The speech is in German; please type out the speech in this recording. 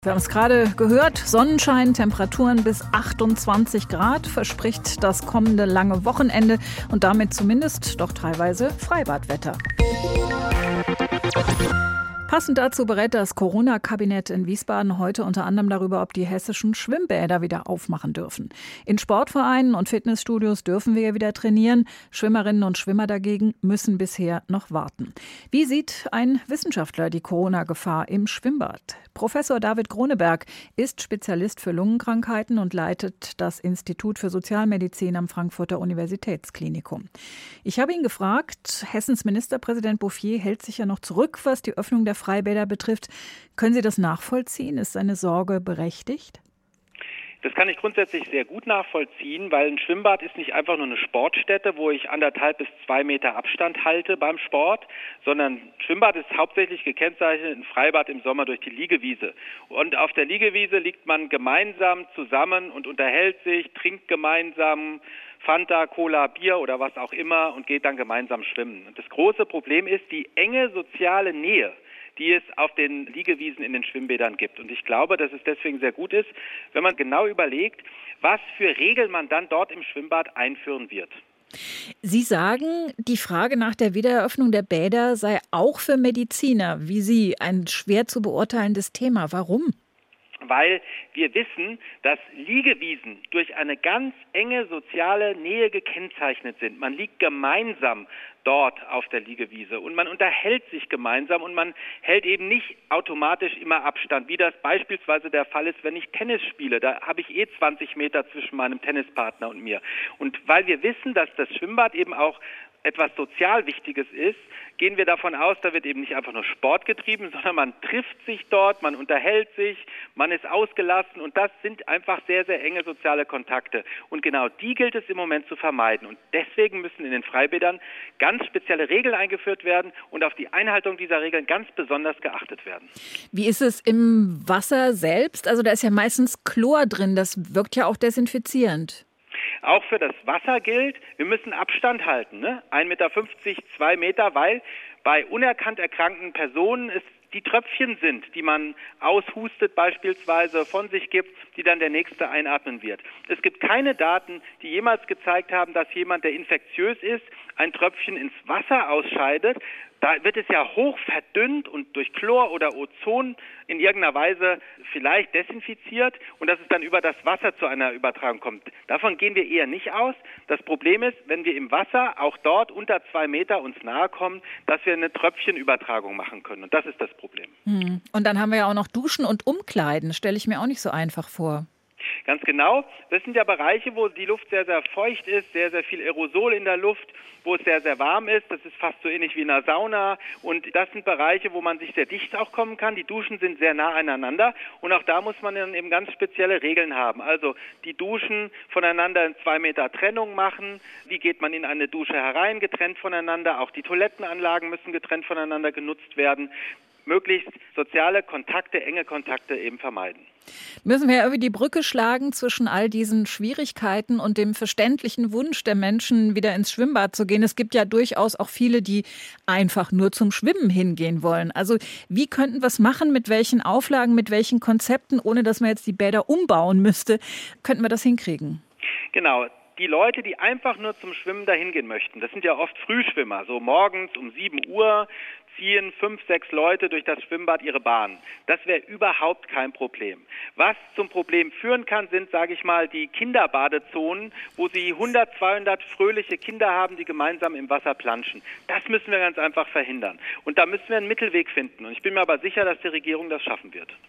Wir haben es gerade gehört, Sonnenschein, Temperaturen bis 28 Grad verspricht das kommende lange Wochenende und damit zumindest doch teilweise Freibadwetter. Passend dazu berät das Corona-Kabinett in Wiesbaden heute unter anderem darüber, ob die hessischen Schwimmbäder wieder aufmachen dürfen. In Sportvereinen und Fitnessstudios dürfen wir ja wieder trainieren. Schwimmerinnen und Schwimmer dagegen müssen bisher noch warten. Wie sieht ein Wissenschaftler die Corona-Gefahr im Schwimmbad? Professor David Groneberg ist Spezialist für Lungenkrankheiten und leitet das Institut für Sozialmedizin am Frankfurter Universitätsklinikum. Ich habe ihn gefragt, Hessens Ministerpräsident Bouffier hält sich ja noch zurück, was die Öffnung der Freibäder betrifft. Können Sie das nachvollziehen? Ist seine Sorge berechtigt? Das kann ich grundsätzlich sehr gut nachvollziehen, weil ein Schwimmbad ist nicht einfach nur eine Sportstätte, wo ich 1,5 bis 2 Meter Abstand halte beim Sport, sondern Schwimmbad ist hauptsächlich gekennzeichnet, ein Freibad im Sommer durch die Liegewiese. Und auf der Liegewiese liegt man gemeinsam zusammen und unterhält sich, trinkt gemeinsam Fanta, Cola, Bier oder was auch immer und geht dann gemeinsam schwimmen. Und das große Problem ist die enge soziale Nähe, die es auf den Liegewiesen in den Schwimmbädern gibt. Und ich glaube, dass es deswegen sehr gut ist, wenn man genau überlegt, was für Regeln man dann dort im Schwimmbad einführen wird. Sie sagen, die Frage nach der Wiedereröffnung der Bäder sei auch für Mediziner, wie Sie, ein schwer zu beurteilendes Thema. Warum? Weil wir wissen, dass Liegewiesen durch eine ganz enge soziale Nähe gekennzeichnet sind. Man liegt gemeinsam dort auf der Liegewiese und man unterhält sich gemeinsam und man hält eben nicht automatisch immer Abstand, wie das beispielsweise der Fall ist, wenn ich Tennis spiele. Da habe ich 20 Meter zwischen meinem Tennispartner und mir. Und weil wir wissen, dass das Schwimmbad eben auch etwas sozial Wichtiges ist, gehen wir davon aus, da wird eben nicht einfach nur Sport getrieben, sondern man trifft sich dort, man unterhält sich, man ist ausgelassen und das sind einfach sehr, sehr enge soziale Kontakte. Und genau die gilt es im Moment zu vermeiden. Und deswegen müssen in den Freibädern ganz spezielle Regeln eingeführt werden und auf die Einhaltung dieser Regeln ganz besonders geachtet werden. Wie ist es im Wasser selbst? Also da ist ja meistens Chlor drin, das wirkt ja auch desinfizierend. Auch für das Wasser gilt, wir müssen Abstand halten, ne? 1,50 Meter, 2 Meter, weil bei unerkannt erkrankten Personen es die Tröpfchen sind, die man aushustet beispielsweise, von sich gibt, die dann der Nächste einatmen wird. Es gibt keine Daten, die jemals gezeigt haben, dass jemand, der infektiös ist, ein Tröpfchen ins Wasser ausscheidet. Da wird es ja hoch verdünnt und durch Chlor oder Ozon in irgendeiner Weise vielleicht desinfiziert und dass es dann über das Wasser zu einer Übertragung kommt. Davon gehen wir eher nicht aus. Das Problem ist, wenn wir im Wasser auch dort unter 2 Meter uns nahe kommen, dass wir eine Tröpfchenübertragung machen können. Und das ist das Problem. Und dann haben wir ja auch noch Duschen und Umkleiden. Stelle ich mir auch nicht so einfach vor. Ganz genau. Das sind ja Bereiche, wo die Luft sehr, sehr feucht ist, sehr, sehr viel Aerosol in der Luft, wo es sehr, sehr warm ist. Das ist fast so ähnlich wie in einer Sauna. Und das sind Bereiche, wo man sich sehr dicht auch kommen kann. Die Duschen sind sehr nah aneinander. Und auch da muss man dann eben ganz spezielle Regeln haben. Also die Duschen voneinander in 2 Meter Trennung machen. Wie geht man in eine Dusche herein, getrennt voneinander? Auch die Toilettenanlagen müssen getrennt voneinander genutzt werden. Möglichst soziale Kontakte, enge Kontakte eben vermeiden. Müssen wir irgendwie die Brücke schlagen zwischen all diesen Schwierigkeiten und dem verständlichen Wunsch der Menschen, wieder ins Schwimmbad zu gehen. Es gibt ja durchaus auch viele, die einfach nur zum Schwimmen hingehen wollen. Also wie könnten wir es machen, mit welchen Auflagen, mit welchen Konzepten, ohne dass man jetzt die Bäder umbauen müsste, könnten wir das hinkriegen? Genau. Die Leute, die einfach nur zum Schwimmen dahin gehen möchten, das sind ja oft Frühschwimmer, so morgens um 7 Uhr ziehen 5, 6 Leute durch das Schwimmbad ihre Bahn. Das wäre überhaupt kein Problem. Was zum Problem führen kann, sind, sage ich mal, die Kinderbadezonen, wo sie 100, 200 fröhliche Kinder haben, die gemeinsam im Wasser planschen. Das müssen wir ganz einfach verhindern. Und da müssen wir einen Mittelweg finden. Und ich bin mir aber sicher, dass die Regierung das schaffen wird.